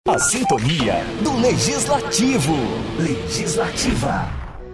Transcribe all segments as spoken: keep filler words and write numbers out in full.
A sintonia do Legislativo. Legislativa.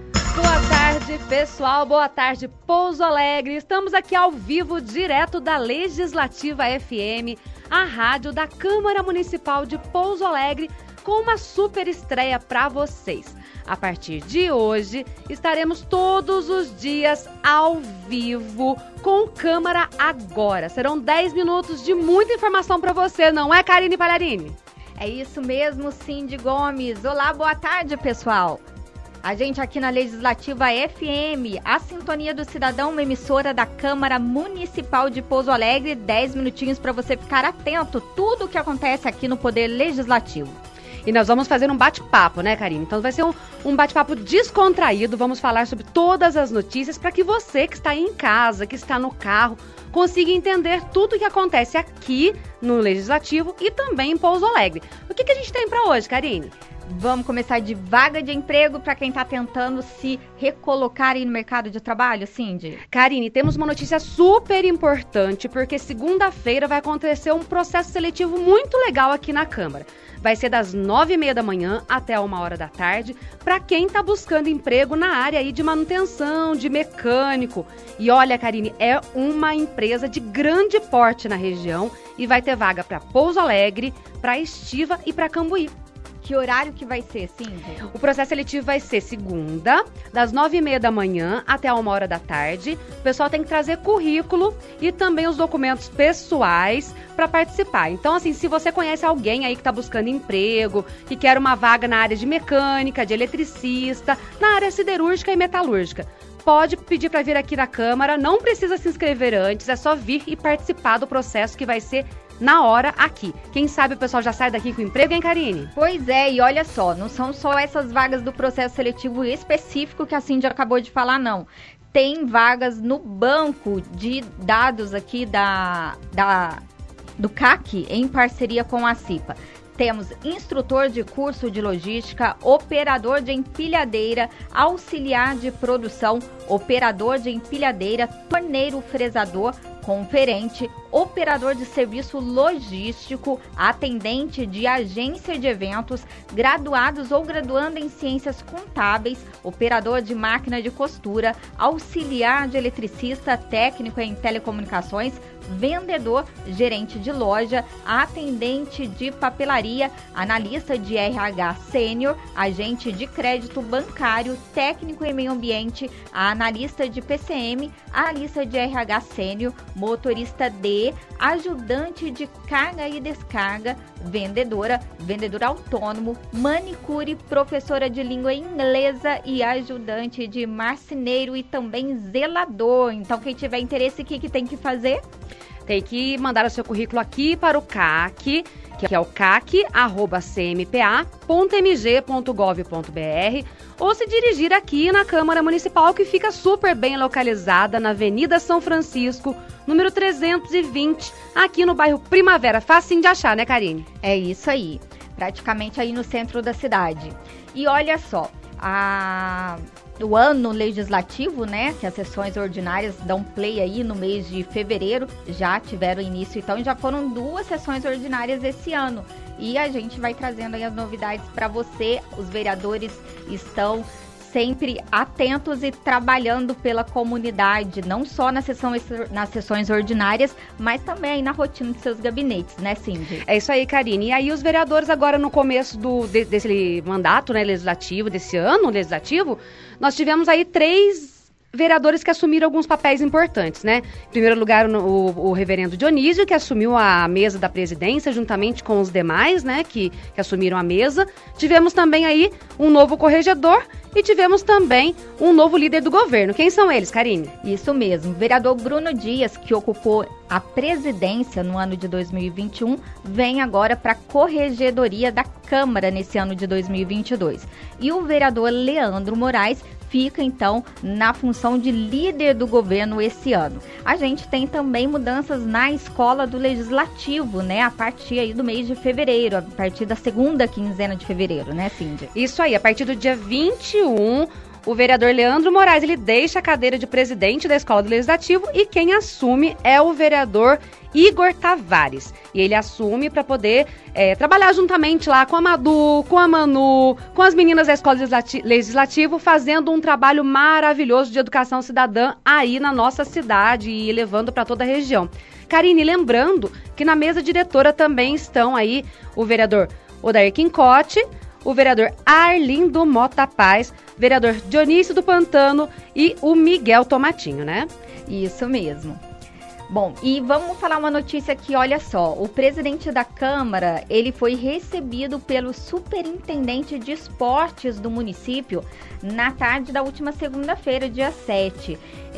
Boa tarde, pessoal. Boa tarde, Pouso Alegre. Estamos aqui ao vivo, direto da Legislativa F M, a rádio da Câmara Municipal de Pouso Alegre, com uma super estreia para vocês. A partir de hoje, estaremos todos os dias ao vivo com Câmara Agora. Serão dez minutos de muita informação para você, não é, Karine Palharini? É isso mesmo, Cindy Gomes. Olá, boa tarde, pessoal. A gente aqui na Legislativa F M, a Sintonia do Cidadão, uma emissora da Câmara Municipal de Pouso Alegre. dez minutinhos para você ficar atento a tudo o que acontece aqui no Poder Legislativo. E nós vamos fazer um bate-papo, né, Karine? Então vai ser um, um bate-papo descontraído, vamos falar sobre todas as notícias para que você que está aí em casa, que está no carro, consiga entender tudo o que acontece aqui no Legislativo e também em Pouso Alegre. O que, que a gente tem para hoje, Karine? Vamos começar de vaga de emprego para quem está tentando se recolocar aí no mercado de trabalho, Cindy? Karine, temos uma notícia super importante, porque segunda-feira vai acontecer um processo seletivo muito legal aqui na Câmara. Vai ser das nove e meia da manhã até uma hora da tarde, para quem está buscando emprego na área aí de manutenção, de mecânico. E olha, Karine, é uma empresa de grande porte na região e vai ter vaga para Pouso Alegre, para Estiva e para Cambuí. Que horário que vai ser, Cindy? O processo seletivo vai ser segunda, das nove e meia da manhã até uma hora da tarde. O pessoal tem que trazer currículo e também os documentos pessoais para participar. Então, assim, se você conhece alguém aí que está buscando emprego, que quer uma vaga na área de mecânica, de eletricista, na área siderúrgica e metalúrgica, pode pedir para vir aqui na Câmara, não precisa se inscrever antes, é só vir e participar do processo que vai ser na hora aqui. Quem sabe o pessoal já sai daqui com emprego, hein, Karine? Pois é, e olha só, não são só essas vagas do processo seletivo específico que a Cindy acabou de falar, não. Tem vagas no banco de dados aqui da, da, do C A C, em parceria com a CIPA. Temos instrutor de curso de logística, operador de empilhadeira, auxiliar de produção, operador de empilhadeira, torneiro fresador, conferente, operador de serviço logístico, atendente de agência de eventos, graduados ou graduando em ciências contábeis, operador de máquina de costura, auxiliar de eletricista, técnico em telecomunicações, vendedor, gerente de loja, atendente de papelaria, analista de R H sênior, agente de crédito bancário, técnico em meio ambiente, analista de P C M, analista de R H sênior, motorista D, ajudante de carga e descarga, vendedora, vendedor autônomo, manicure, professora de língua inglesa e ajudante de marceneiro e também zelador. Então, quem tiver interesse, o que, que tem que fazer? Tem que mandar o seu currículo aqui para o C A C, que é o cac arroba c m p a ponto m g ponto gov ponto b r, ou se dirigir aqui na Câmara Municipal, que fica super bem localizada na Avenida São Francisco, número trezentos e vinte, aqui no bairro Primavera. Facinho de achar, né, Karine? É isso aí, praticamente aí no centro da cidade. E olha só, a... o ano legislativo, né, que as sessões ordinárias dão play aí no mês de fevereiro, já tiveram início, então já foram duas sessões ordinárias esse ano. E a gente vai trazendo aí as novidades para você. Os vereadores estão sempre atentos e trabalhando pela comunidade, não só nas sessões, nas sessões ordinárias, mas também na rotina de seus gabinetes, né, Cindy? É isso aí, Karine. E aí os vereadores agora no começo do, de, desse mandato, né, legislativo, desse ano legislativo, nós tivemos aí três vereadores que assumiram alguns papéis importantes, né? Em primeiro lugar, o, o reverendo Dionísio, que assumiu a mesa da presidência, juntamente com os demais, né, que, que assumiram a mesa. Tivemos também aí um novo corregedor e tivemos também um novo líder do governo. Quem são eles, Karine? Isso mesmo, o vereador Bruno Dias, que ocupou a presidência no ano de dois mil e vinte e um, vem agora para a corregedoria da Câmara nesse ano de dois mil e vinte e dois. E o vereador Leandro Moraes fica, então, na função de líder do governo esse ano. A gente tem também mudanças na escola do Legislativo, né? A partir aí do mês de fevereiro, a partir da segunda quinzena de fevereiro, né, Cindy? Isso aí, a partir do dia vinte e um, o vereador Leandro Moraes, ele deixa a cadeira de presidente da Escola do Legislativo e quem assume é o vereador Igor Tavares. E ele assume para poder é, trabalhar juntamente lá com a Madu, com a Manu, com as meninas da Escola Legislativo, fazendo um trabalho maravilhoso de educação cidadã aí na nossa cidade e levando para toda a região. Karine, lembrando que na mesa diretora também estão aí o vereador Odair Quincote, o vereador Arlindo Mota Paz, vereador Dionísio do Pantano e o Miguel Tomatinho, né? Isso mesmo. Bom, e vamos falar uma notícia aqui, olha só, o presidente da Câmara, ele foi recebido pelo superintendente de esportes do município na tarde da última segunda-feira, dia sete.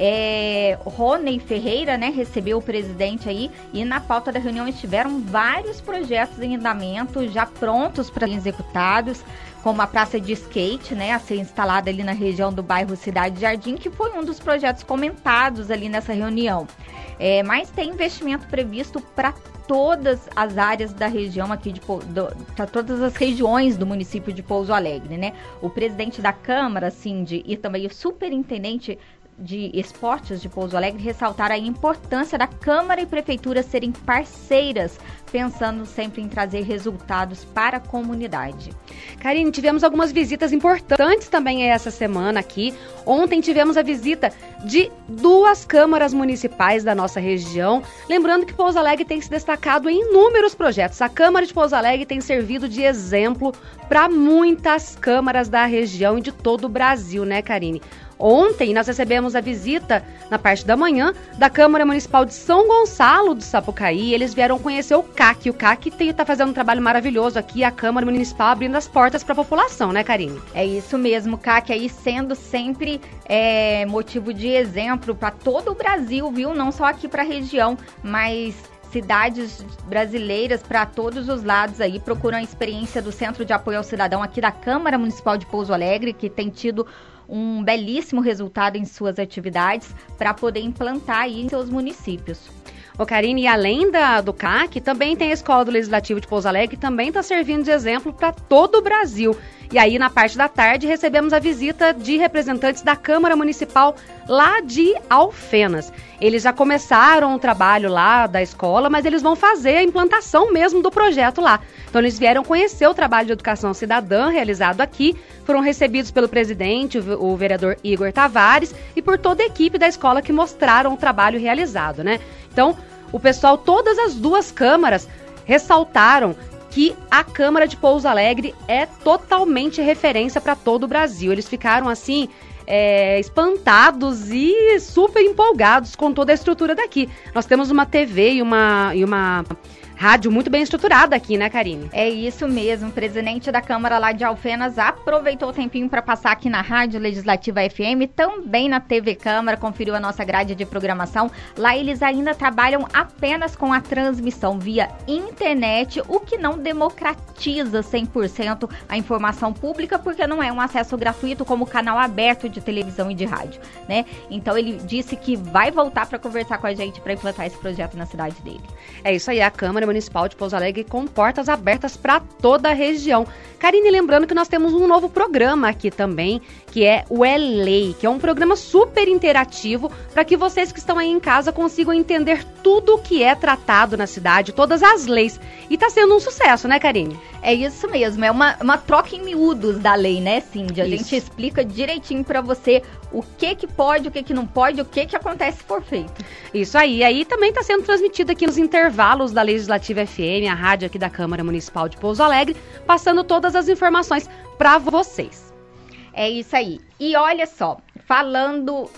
É, Rony Ferreira, né, recebeu o presidente aí e na pauta da reunião estiveram vários projetos em andamento, já prontos para serem executados, como a praça de skate, né, a ser instalada ali na região do bairro Cidade Jardim, que foi um dos projetos comentados ali nessa reunião. É, mas tem investimento previsto para todas as áreas da região aqui, de para todas as regiões do município de Pouso Alegre, né? O presidente da Câmara, Cindy, e também o superintendente de esportes de Pouso Alegre ressaltaram a importância da Câmara e Prefeitura serem parceiras, pensando sempre em trazer resultados para a comunidade. Karine, tivemos algumas visitas importantes também essa semana aqui. Ontem tivemos a visita de duas câmaras municipais da nossa região. Lembrando que Pouso Alegre tem se destacado em inúmeros projetos. A Câmara de Pouso Alegre tem servido de exemplo para muitas câmaras da região e de todo o Brasil, né, Karine? Ontem nós recebemos a visita, na parte da manhã, da Câmara Municipal de São Gonçalo do Sapucaí. Eles vieram conhecer o C A C. O C A C está fazendo um trabalho maravilhoso aqui, a Câmara Municipal abrindo as portas para a população, né, Karine? É isso mesmo, o C A C aí sendo sempre é, motivo de exemplo para todo o Brasil, viu? Não só aqui para a região, mas cidades brasileiras para todos os lados aí procuram a experiência do Centro de Apoio ao Cidadão aqui da Câmara Municipal de Pouso Alegre, que tem tido um belíssimo resultado em suas atividades para poder implantar aí em seus municípios. Ô Karine, e além da, do C A C, também tem a Escola do Legislativo de Pouso Alegre, que também está servindo de exemplo para todo o Brasil. E aí, na parte da tarde, recebemos a visita de representantes da Câmara Municipal lá de Alfenas. Eles já começaram o trabalho lá da escola, mas eles vão fazer a implantação mesmo do projeto lá. Então, eles vieram conhecer o trabalho de educação cidadã realizado aqui, foram recebidos pelo presidente, o, o vereador Igor Tavares, e por toda a equipe da escola que mostraram o trabalho realizado, né? Então, o pessoal, todas as duas câmaras ressaltaram que a Câmara de Pouso Alegre é totalmente referência para todo o Brasil. Eles ficaram, assim, é, espantados e super empolgados com toda a estrutura daqui. Nós temos uma T V e uma... E uma rádio muito bem estruturada aqui, né, Karine? É isso mesmo. O presidente da Câmara lá de Alfenas aproveitou o tempinho para passar aqui na Rádio Legislativa F M, também na T V Câmara, conferiu a nossa grade de programação. Lá eles ainda trabalham apenas com a transmissão via internet, o que não democratiza cem por cento a informação pública, porque não é um acesso gratuito como canal aberto de televisão e de rádio, né? Então ele disse que vai voltar para conversar com a gente para implantar esse projeto na cidade dele. É isso aí, a Câmara Municipal de Pouso Alegre com portas abertas para toda a região. Karine, lembrando que nós temos um novo programa aqui também, que é o É Lei, que é um programa super interativo para que vocês que estão aí em casa consigam entender tudo o que é tratado na cidade, todas as leis. E tá sendo um sucesso, né, Karine? É isso mesmo, é uma, uma troca em miúdos da lei, né, Cindy? A isso. gente explica direitinho para você o que que pode, o que que não pode, o que que acontece se for feito. Isso aí, aí também está sendo transmitido aqui nos intervalos da Legislativa F M, a rádio aqui da Câmara Municipal de Pouso Alegre, passando todas as informações para vocês. É isso aí. E olha só, falando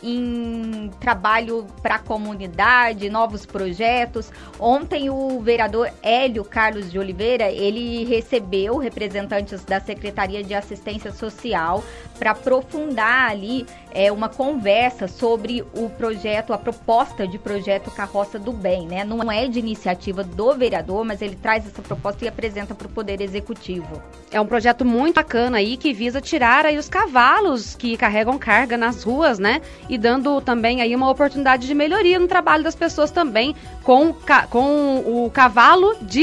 em trabalho para a comunidade, novos projetos, ontem o vereador Hélio Carlos de Oliveira, ele recebeu representantes da Secretaria de Assistência Social para aprofundar ali é, uma conversa sobre o projeto, a proposta de projeto Carroça do Bem, né? Não é de iniciativa do vereador, mas ele traz essa proposta e apresenta para o Poder Executivo. É um projeto muito bacana aí que visa tirar aí os cavalos que carregam carga nas ruas, né? E dando também aí uma oportunidade de melhoria no trabalho das pessoas também com, com o cavalo de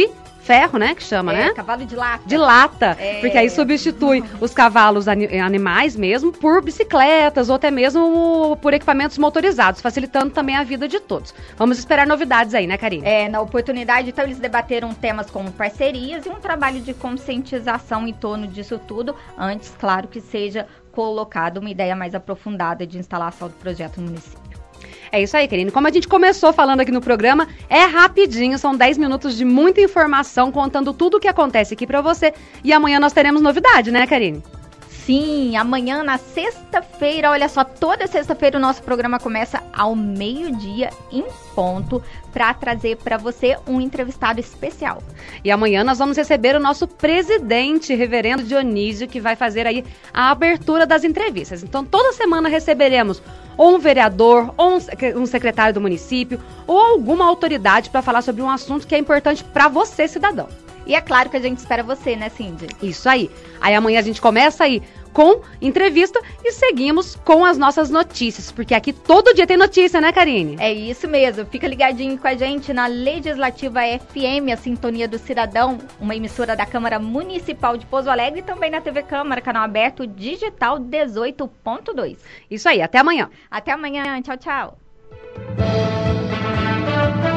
ferro, né? Que chama, é, né? Cavalo de lata. De lata. É. Porque aí substitui os cavalos ani- animais mesmo por bicicletas ou até mesmo por equipamentos motorizados, facilitando também a vida de todos. Vamos esperar novidades aí, né, Karine? É, na oportunidade, então, eles debateram temas como parcerias e um trabalho de conscientização em torno disso tudo, antes, claro, que seja colocada uma ideia mais aprofundada de instalação do projeto no município. É isso aí, Karine. Como a gente começou falando aqui no programa, é rapidinho, são dez minutos de muita informação, contando tudo o que acontece aqui pra você. E amanhã nós teremos novidade, né, Karine? Sim, amanhã na sexta-feira, olha só, toda sexta-feira o nosso programa começa ao meio-dia em ponto para trazer para você um entrevistado especial. E amanhã nós vamos receber o nosso presidente, reverendo Dionísio, que vai fazer aí a abertura das entrevistas. Então toda semana receberemos ou um vereador, ou um secretário do município, ou alguma autoridade para falar sobre um assunto que é importante para você, cidadão. E é claro que a gente espera você, né, Cindy? Isso aí. Aí amanhã a gente começa aí com entrevista e seguimos com as nossas notícias, porque aqui todo dia tem notícia, né, Karine? É isso mesmo. Fica ligadinho com a gente na Legislativa F M, a Sintonia do Cidadão, uma emissora da Câmara Municipal de Pouso Alegre e também na T V Câmara, canal aberto digital dezoito ponto dois. Isso aí, até amanhã. Até amanhã. Tchau, tchau.